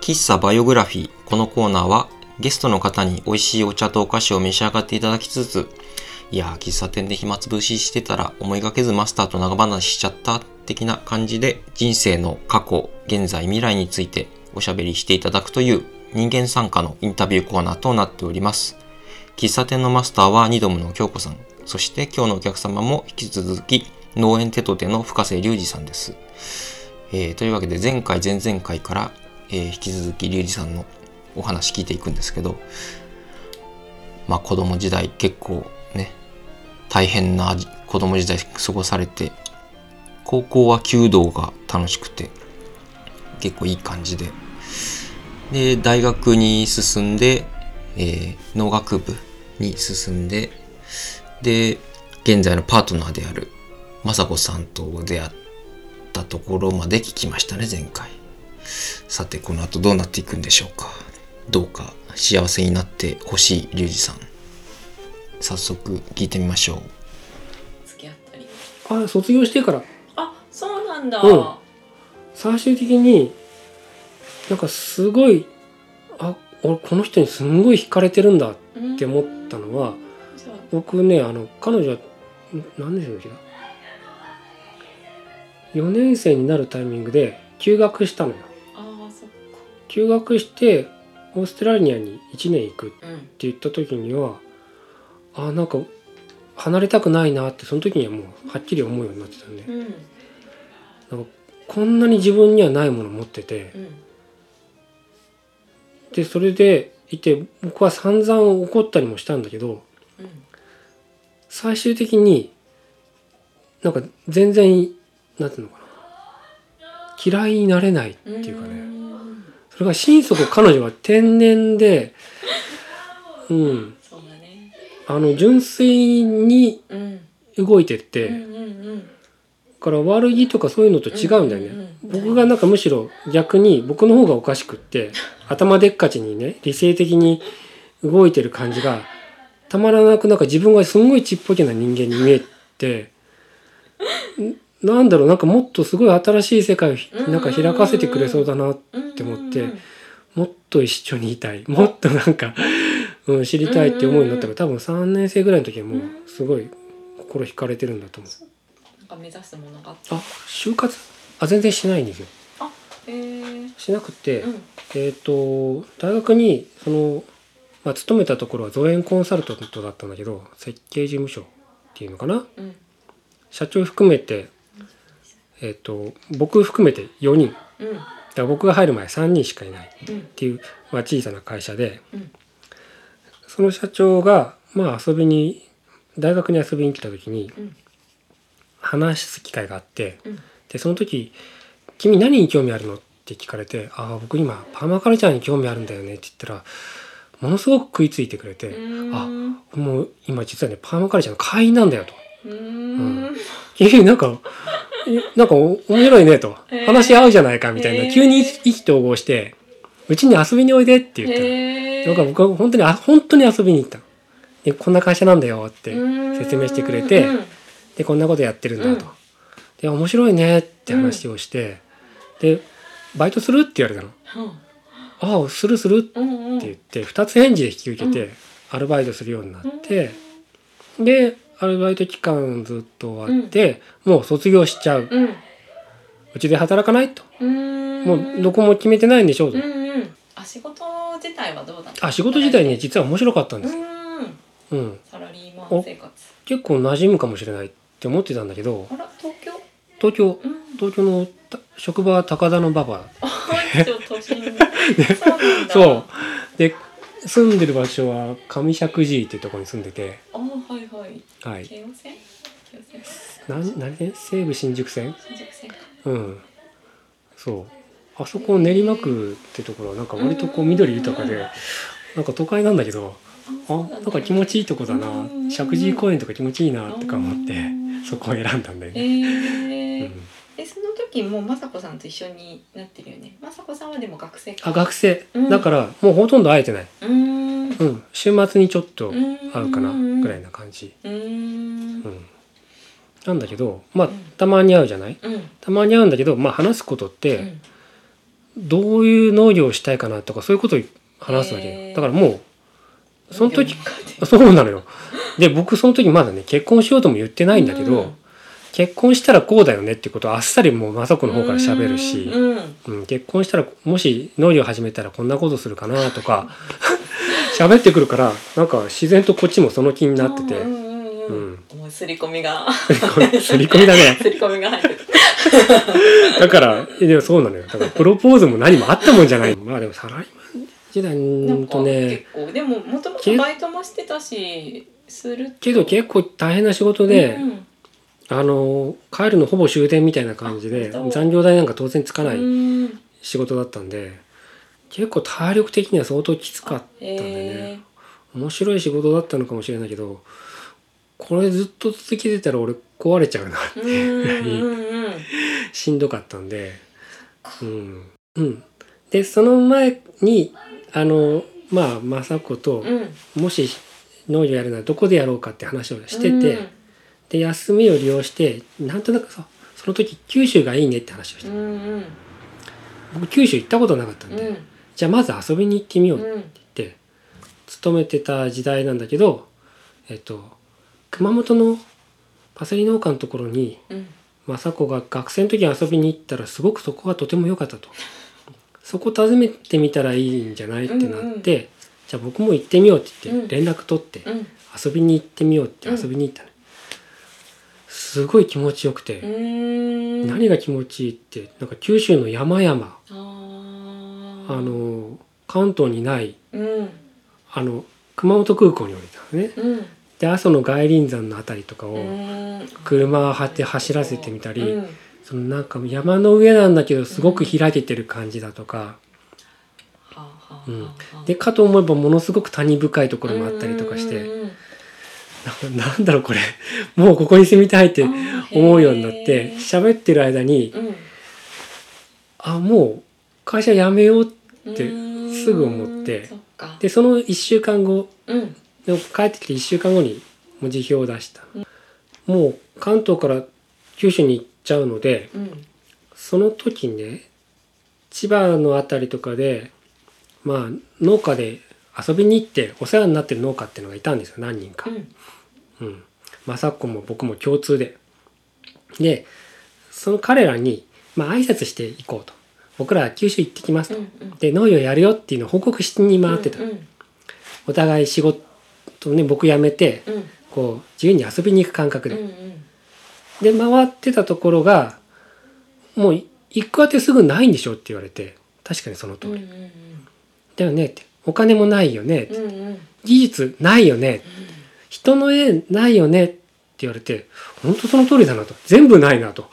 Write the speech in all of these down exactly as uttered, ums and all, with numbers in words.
喫茶バイオグラフィー。このコーナーはゲストの方に美味しいお茶とお菓子を召し上がっていただきつつ、いやー喫茶店で暇つぶししてたら思いがけずマスターと長話しちゃった的な感じで、人生の過去、現在、未来についておしゃべりしていただくという人間参加のインタビューコーナーとなっております。喫茶店のマスターはニドムの京子さん、そして今日のお客様も引き続き農園テトテの深瀬隆二さんです。えー、というわけで前回前々回から、えー、引き続き隆二さんのお話聞いていくんですけど、まあ子供時代結構ね大変な子供時代過ごされて、高校は弓道が楽しくて結構いい感じで、で大学に進んで、えー、農学部に進んで、で現在のパートナーである雅子さんと出会ったところまで聞きましたね前回。さてこの後どうなっていくんでしょうか。どうか幸せになってほしい隆二さん、早速聞いてみましょう。 付き合ったり。 あ、卒業してから。 あ、そうなんだ。 うん。最終的になんかすごい、あ、俺この人にすんごい惹かれてるんだって思ったのは、僕ね、あの彼女は何年生の時だよねん生になるタイミングで休学したのよ。 ああ、そっか。 休学してオーストラリアにいちねん行くってうん言った時には、あ、なんか離れたくないなってその時にはもうはっきり思うようになってたんで、 うんなんかこんなに自分にはないものを持ってて、 うんでそれでいて僕は散々怒ったりもしたんだけど、 うん最終的になんか全然なんていうのかな、嫌いになれないっていうかね、 うんそれが心底彼女は天然で、うん、 そうだね。 あの純粋にうん動いてって、 うんうんうんから悪気とかそういうのと違うんだよね、 うんうんうん僕がなんかむしろ逆に僕の方がおかしくって頭でっかちにね理性的に動いてる感じがたまらなく、なんか自分がすんごいちっぽけな人間に見えて、んなんだろう、なんかもっとすごい新しい世界をなんか開かせてくれそうだなって思って、もっと一緒にいたい、もっとなんか、うん、知りたいって思うようになったから、多分さんねん生ぐらいの時はもうすごい心惹かれてるんだと思う。 なんか目指すものがあった。 あ、就活あ全然しないんですよ。 あ、へえ。 しなくて、 うんえっ、と大学にその、まあ、勤めたところは造園コンサルタントだったんだけど、設計事務所っていうのかな、 うん社長含めて、えっ、と僕含めてよにん、だかうんら僕が入る前さんにんしかいないっうんていう、まあ、小さな会社で、 うんその社長がまあ遊びに大学に遊びに来た時にうん話す機会があって、 うんでその時「君何に興味あるの?」って聞かれて「ああ僕今パーマカルチャーに興味あるんだよね」って言ったらものすごく食いついてくれてう 「 んあもう今実はねパーマカルチャーの会員なんだよ」とうーん 「君なんかえなんかお面白いね」とへー 「話合うじゃないか」みたいな、 へー急に意気投合して「うちに遊びにおいで」って言ったの。 へだから僕は本当にあ本当に遊びに行ったの。でこんな会社なんだよって説明してくれて、 うんでこんなことやってるんだと、 うんで面白いねって話をして、でバイトするって言われたの。ああするするってうんうん言ってふたつ返事で引き受けてアルバイトするようになって、でアルバイト期間ずっと終わって、もう卒業しちゃう、 うんうちで働かないと、 うんもうどこも決めてないんでしょうと、 うんうんあ仕事自体はどうだった？ あ仕事自体ね実は面白かったんですよ、 うんうん、 サラリーマン生活。 結構馴染むかもしれないって思ってたんだけど、 あら東京？ 東京うん東京のた職場は高田の馬場あ一応都心にそうなんだ。 そうで住んでる場所は上石神井っていうところに住んでて、 あはいはいはい、 京王線？京王線何何線西武新宿線、 新宿線か。 うんそうあそこ練馬区ってところはなんか割とこう緑豊かで、なんか都会なんだけど、あなんか気持ちいいとこだな、石神井公園とか気持ちいいなとか思ってそこを選んだんだよえね、 ーうん、 でその時も雅子さんと一緒になってるよね。雅子さんはでも学生か。 あ学生、 うんだからもうほとんど会えてない、 うーんううん、週末にちょっと会うかなうんぐらいな感じ、 ーんうん、なんだけどまあうんたまに会うじゃない、 うんたまに会うんだけどまあ話すことって、 うんどういう農業をしたいかなとかそういうことを話すわけよ。 へーだからもうその時農業一家でそうなのよ。で僕その時まだね結婚しようとも言ってないんだけど、 うん結婚したらこうだよねっていうことをあっさりもう雅子の方から喋るし、 うんうんうん、結婚したらもし農業始めたらこんなことするかなとか喋ってくるからなんか自然とこっちもその気になってて、 うんうんうんうんもう刷り込みが刷り込みだね。 刷り込みが入ってるだからでもそうなのよ。だからプロポーズも何もあったもんじゃない。まあでもサラリーマン時代なんかんとね結構でももともとバイトもしてたしするとけど結構大変な仕事で、 うんあの帰るのほぼ終電みたいな感じであそう残業代なんか当然つかないうん仕事だったんで結構体力的には相当きつかったんでねへ面白い仕事だったのかもしれないけどこれずっと続けてたら俺壊れちゃうなってーいうぐらいうんうんうんしんどかったんでうんうんでその前にあのまあ雅子とうんもし農業やるならどこでやろうかって話をしてて、 うんで休みを利用してなんとなくさその時九州がいいねって話をして、 うんうん僕九州行ったことなかったんで、 うんじゃあまず遊びに行ってみようってうん言って勤めてた時代なんだけどえっと熊本のパセリ農家のところにうん雅子が学生の時に遊びに行ったらすごくそこがとても良かったとそこ訪ねてみたらいいんじゃないってなって、 うんうんじゃあ僕も行ってみようって言ってうん連絡取ってうん遊びに行ってみようって遊びに行ったね、すごい気持ちよくて、 うん何が気持ちいいってなんか九州の山々 あーあの関東にないうんあの熊本空港に降りたのねうんで阿蘇の外輪山のあたりとかをうん車を張って走らせてみたり、 うんそのなんか山の上なんだけどすごく開けてる感じだとか、 はあはあはあうんはあでかと思えばものすごく谷深いところもあったりとかして、 うんうんうんななんだろうこれもうここに住みたいって思うようになってへー喋ってる間にうんあもう会社辞めようってうんすぐ思ってそっかでそのいっしゅうかんごうんでも帰ってきていっしゅうかんごにもう辞表を出した、 うんもう関東から九州に行っちゃうのでうんその時にね千葉のあたりとかでまあ農家で遊びに行ってお世話になってる農家っていうのがいたんですよ何人か。 うんうん、雅子も僕も共通ででその彼らにまあ挨拶していこうと僕らは九州行ってきますと、 うんうんで農業やるよっていうのを報告しに回ってた、 うんうんお互い仕事ね僕辞めてうんこう自由に遊びに行く感覚で、 うんうんで回ってたところがもう行くあてすぐないんでしょって言われて確かにその通り、 うんうんだよねってお金もないよねって、 うんうんうん技術ないよね人の絵ないよねって言われて本当その通りだなと全部ないなと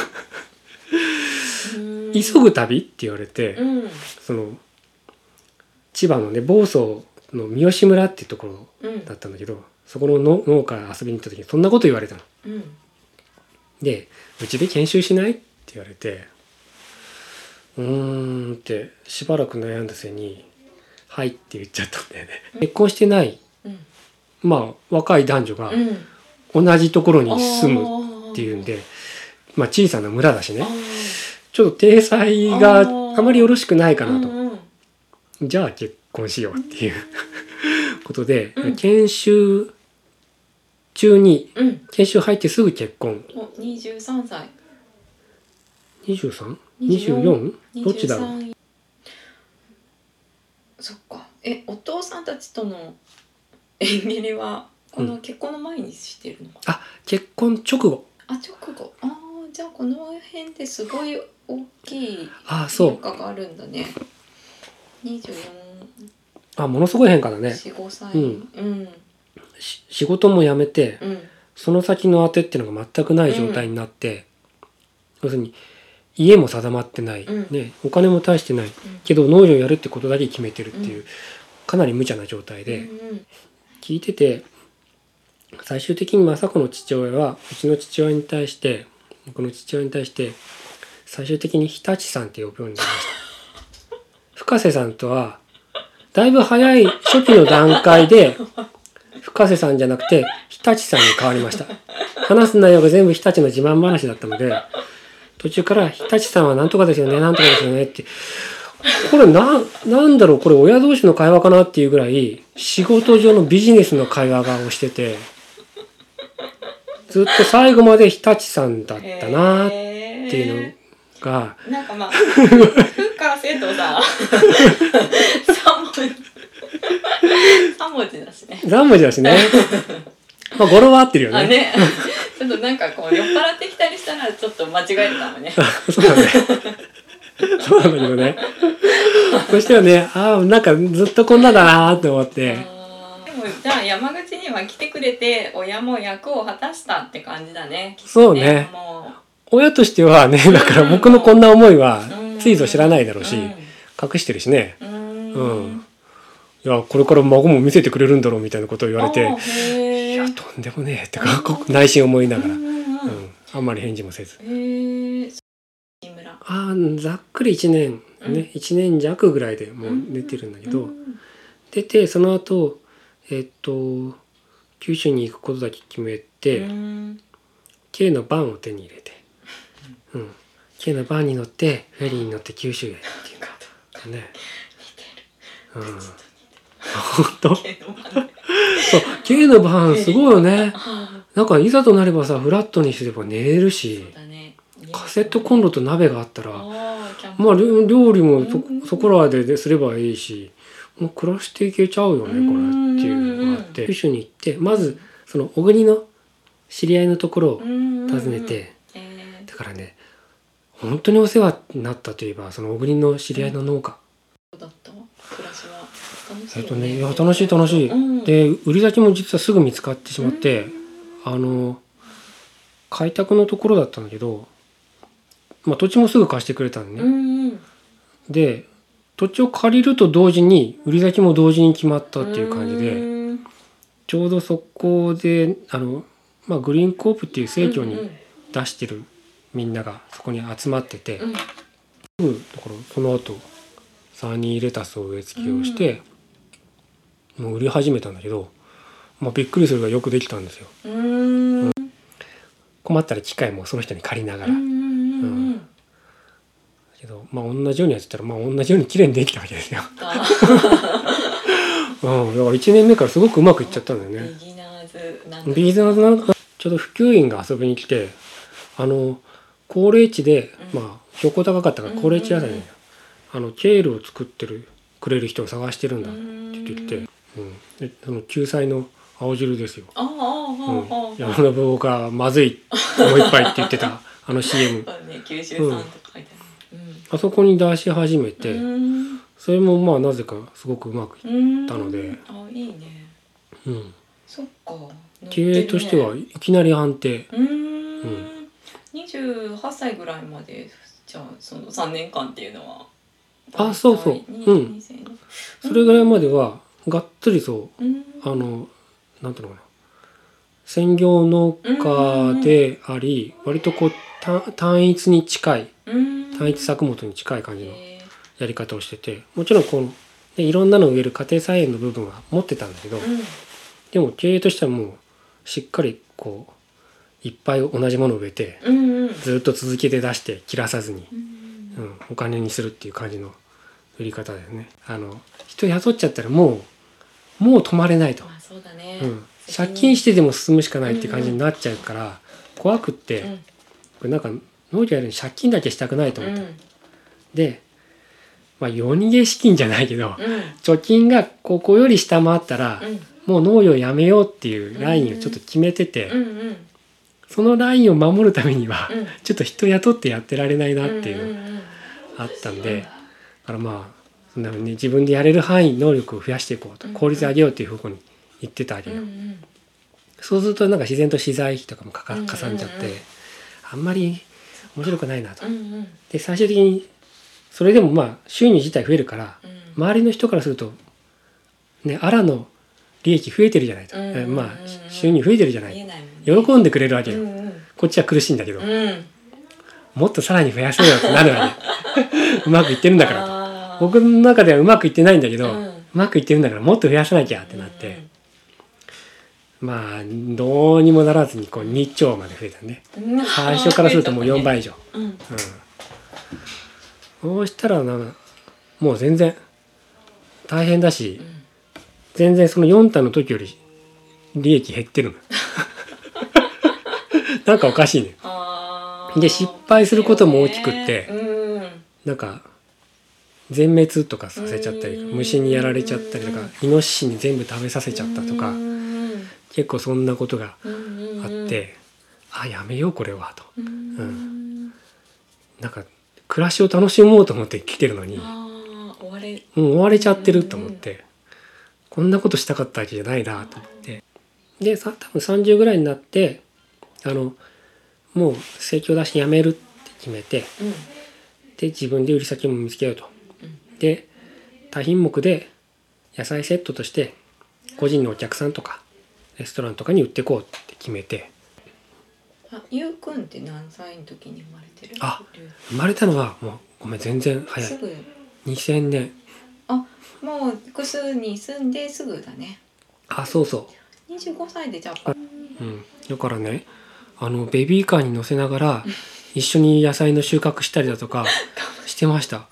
うん急ぐ旅って言われて、 うんその千葉のね房総の三好村っていうところうんだったんだけどそこの農農家遊びに行った時にそんなこと言われたの。 うんでうちで研修しないって言われてうーんってしばらく悩んだ末に「はい」って言っちゃったんだよね。結婚してないうんまあ若い男女がうん同じところに住むっていうんでまあ小さな村だしねちょっと体裁があまりよろしくないかなと、 うんうんじゃあ結婚しようっていうことで、 うん研修中にうん研修入ってすぐ結婚おにじゅうさんさいにじゅうさん?にじゅうよん? どっちだろうにじゅうさんそっかえお父さんたちとの縁切りはこの結婚の前にしてるのか、 あ結婚直後あ直後あーじゃあこの辺ですごい大きいあそう変化があるんだねにじゅうよん、 あものすごい変化だねよん、ごさいうんうんし仕事も辞めてうんその先の当てっていうのが全くない状態になって、要するに家も定まってない、 うんね、お金も大してないけど農業やるってことだけ決めてるっていう、かなり無茶な状態で、 うん聞いてて最終的に雅子の父親はうちの父親に対して僕の父親に対して最終的に日立さんって呼ぶようになりました深瀬さんとはだいぶ早い初期の段階で深瀬さんじゃなくて日立さんに変わりました話す内容が全部日立の自慢話だったので途中から日立さんはなんとかですよねなんとかですよねってこれななんだろうこれ親同士の会話かなっていうぐらい仕事上のビジネスの会話がをしててずっと最後まで日立さんだったなっていうのがなんかまあふからせとささん文字さん文字だしねさん文字だしねまあ語呂は合ってるよね。 あねちょっとなんかこう酔っ払ってきたりしたらちょっと間違えるかもねそうだねそうなんだけどねそしたらねああなんかずっとこんなだなって思ってでもじゃあ山口には来てくれて親も役を果たしたって感じだね。 そうねもう親としてはねだから僕のこんな思いはついぞ知らないだろうし、 うん、 隠してるしね、 うんうんいやこれから孫も見せてくれるんだろうみたいなことを言われていやとんでもねえってか内心思いながら、うんうん、あんまり返事もせずへーあざっくりいちねんね、うん、いちねん弱ぐらいでもう出てるんだけど、うん、出てその後えっと九州に行くことだけ決めて、うん、軽のバンを手に入れて、うん、軽のバンに乗ってフェリーに乗って九州へっていうかね似てる、うん本当そう軽のバンすごいよねなんかいざとなればさフラットにすれば寝れるし、ね、カセットコンロと鍋があったらまあ料理も そ, そこらですればいいしもう暮らしていけちゃうよねこれっていうのがあって九州に行ってまずその小国の知り合いのところを訪ねてだからね本当にお世話になったといえばその小国の知り合いの農家だった暮らしは楽しいえっとね、いや楽しい楽しい、うん、で売り先も実はすぐ見つかってしまって、うん、あの開拓のところだったんだけど、まあ、土地もすぐ貸してくれたんでね、うんうん、で土地を借りると同時に売り先も同時に決まったっていう感じで、うん、ちょうどそこであの、まあ、グリーンコープっていう生協に出してるみんながそこに集まってて、うんうん、だからその後サニーレタスを植え付けをして、うん、もう売り始めたんだけど、まあ、びっくりするがよくできたんですよ。うん、うん、困ったら機械もその人に借りながら、うんうん、だけどまあ同じようにやってたらまあ同じように綺麗にできたわけですよ。うん、だからいちねんめからすごくうまくいっちゃったんだよね。ビギナーズなんかビギナーズなんかちょうど普及員が遊びに来てあの高齢地で、うん、まあ標高高かったから高齢地野菜ね、うんうんうんあのケールを作ってるくれる人を探してるんだって言って、うん、でその救済の青汁ですよ。ああ、うん、山の棒がまずいもう一杯って言ってたあの シーエム、ね、九州産とか書いてある、うん、あそこに出し始めてそれもまあなぜかすごくうまくいったのであいいね、 うん、 そっか経営としてはいきなり安定うん、うん、にじゅうはっさいぐらいまでじゃあそのさんねんかんっていうのはあそうそううんそれぐらいまではがっつりそう、うん、あのなんていうのかな専業農家であり、うん、割とこう単一に近い、うん、単一作物に近い感じのやり方をしててもちろんこの、ね、いろんなのを植える家庭菜園の部分は持ってたんだけど、うん、でも経営としてはもうしっかりこういっぱい同じものを植えて、うんうん、ずっと続けて出して切らさずに、うんうん、お金にするっていう感じの売り方だよね。あの人雇っちゃったらもうもう止まれないと、 まあそうだね、 うん、借金してでも進むしかないって感じになっちゃうから、うんうん、怖くって、うん、これなんか農業やるに借金だけしたくないと思って、うん、で、まあ、夜逃げ資金じゃないけど、うん、貯金がここより下回ったら、うん、もう農業やめようっていうラインをちょっと決めてて、うんうん、そのラインを守るためには、うん、ちょっと人雇ってやってられないなっていうのがあったんで、だからまあそんなふうに自分でやれる範囲能力を増やしていこうと効率上げようっていう方向に行ってたわけよ、うんうん、そうするとなんか自然と資材費とかもかかかさんじゃって、うんうんうん、あんまり面白くないなと、うんうん、で最終的にそれでもまあ収入自体増えるから、うん、周りの人からするとねあらの利益増えてるじゃないと、うんうんうん、まあ収入増えてるじゃない、ね、喜んでくれるわけよ、うんうん、こっちは苦しいんだけど、うん、もっとさらに増やそうよってなるわけうまくいってるんだからと僕の中ではうまくいってないんだけど、うん、うまくいってるんだからもっと増やさなきゃってなって、 まあどうにもならずにこうにちょうまで増えたね。最初からするともうよんばい以上。 うん、 うん、そうしたらなもう全然大変だし、うん、全然そのよん単の時より利益減ってるのなんかおかしいね。で失敗することも大きくって、うん、なんか全滅とかさせちゃったり、虫にやられちゃったりとか、イノシシに全部食べさせちゃったとか、結構そんなことがあって、あやめようこれはと、うん、なんか暮らしを楽しもうと思って来てるのに追われ、 うん、追われちゃってると思って、こんなことしたかったわけじゃないなと思って、でさ多分さんじゅうぐらいになってあのもう生協出しやめるって決めて、うん、で自分で売り先も見つけようと、うん、で多品目で野菜セットとして個人のお客さんとかレストランとかに売っていこうって決めて。 あ、ゆうくんって何歳の時に生まれてる？ あ、生まれたのはもうごめん全然早い。 すぐにせんねん。 あ、もう複数に住んですぐだね。 あ、そうそう。 にじゅうごさいでじゃあ。 うん。だからね、あのベビーカーに乗せながら一緒に野菜の収穫したりだとかしてました。うん。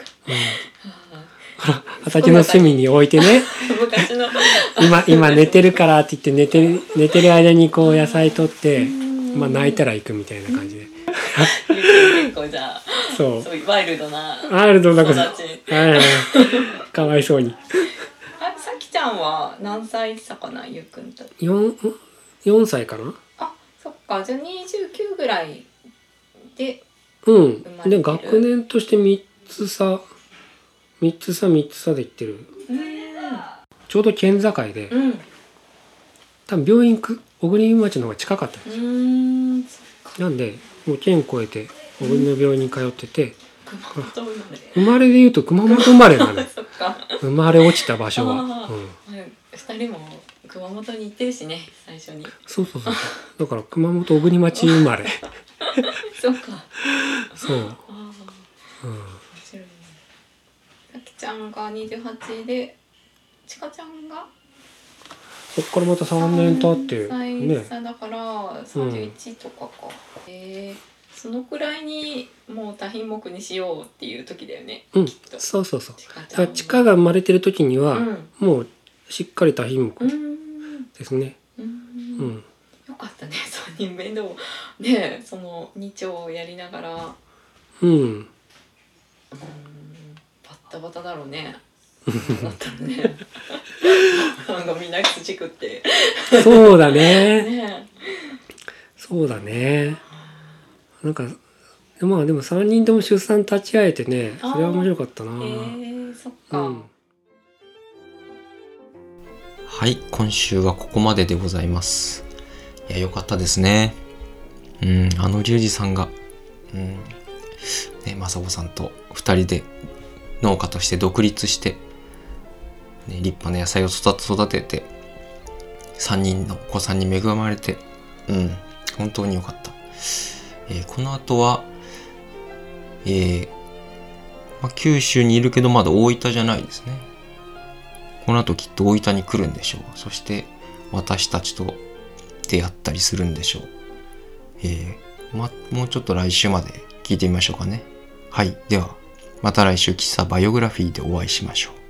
畑の隅に置いてね昔の今今寝てるからって言って寝てる寝てる間にこう野菜取って、まあ泣いたら行くみたいな感じで。 結構じゃあそうそういうワイルドなワイルドな子だち。かわいそうに。 あ、さきちゃんは何歳差かな、ゆうくんと。 四四歳かな。 あ、そっか、じゃあにじゅうきゅうぐらいで。 うん。で学年として三つ差。三つ差三つ差で行ってる。うん、ちょうど県境で、うん、多分病院く小国町の方が近かったんですよ。うん、なんでもう県越えて小国の病院に通ってて、うん、生まれで言うと熊本生まれなの生まれ落ちた場所は。うん、 ふたりも熊本に行ってるしね、最初に。 そうそうそう。だから熊本小国町生まれ。 そうか。 そう。うん。 さきちゃんがにじゅうはちで、ちかちゃんがそっからまたさんねん経ってね。さんさいだからさんじゅういちとかか。うん、えー、そのくらいにもう多品目にしようっていう時だよね。 うん、そうそうそう。ちかが生まれてる時には、うん、もうしっかり多品目ですね。うん。うん、 よかったね、さんにんめでもね、そのに丁をやりながら。 うん。うんバタバタだろうね。だったらね。なんかみんな土食って。 そうだね。ねそうだね。なんかまあでもさんにんとも出産立ち会えてね、それは面白かったな。へえ、そっか、うん。 はい、今週はここまででございます。いや、よかったですね。うん、あのリュウジさんが、うん、ね、まさこさんとふたりで農家として独立して、ね、立派な野菜を育ててさんにんのお子さんに恵まれて、うん、本当に良かった。えー、この後は、えーまあ、九州にいるけどまだ大分じゃないですね。この後きっと大分に来るんでしょう。そして私たちと出会ったりするんでしょう。えーま、もうちょっと来週まで聞いてみましょうかね。はい、ではまた来週喫茶バイオグラフィーでお会いしましょう。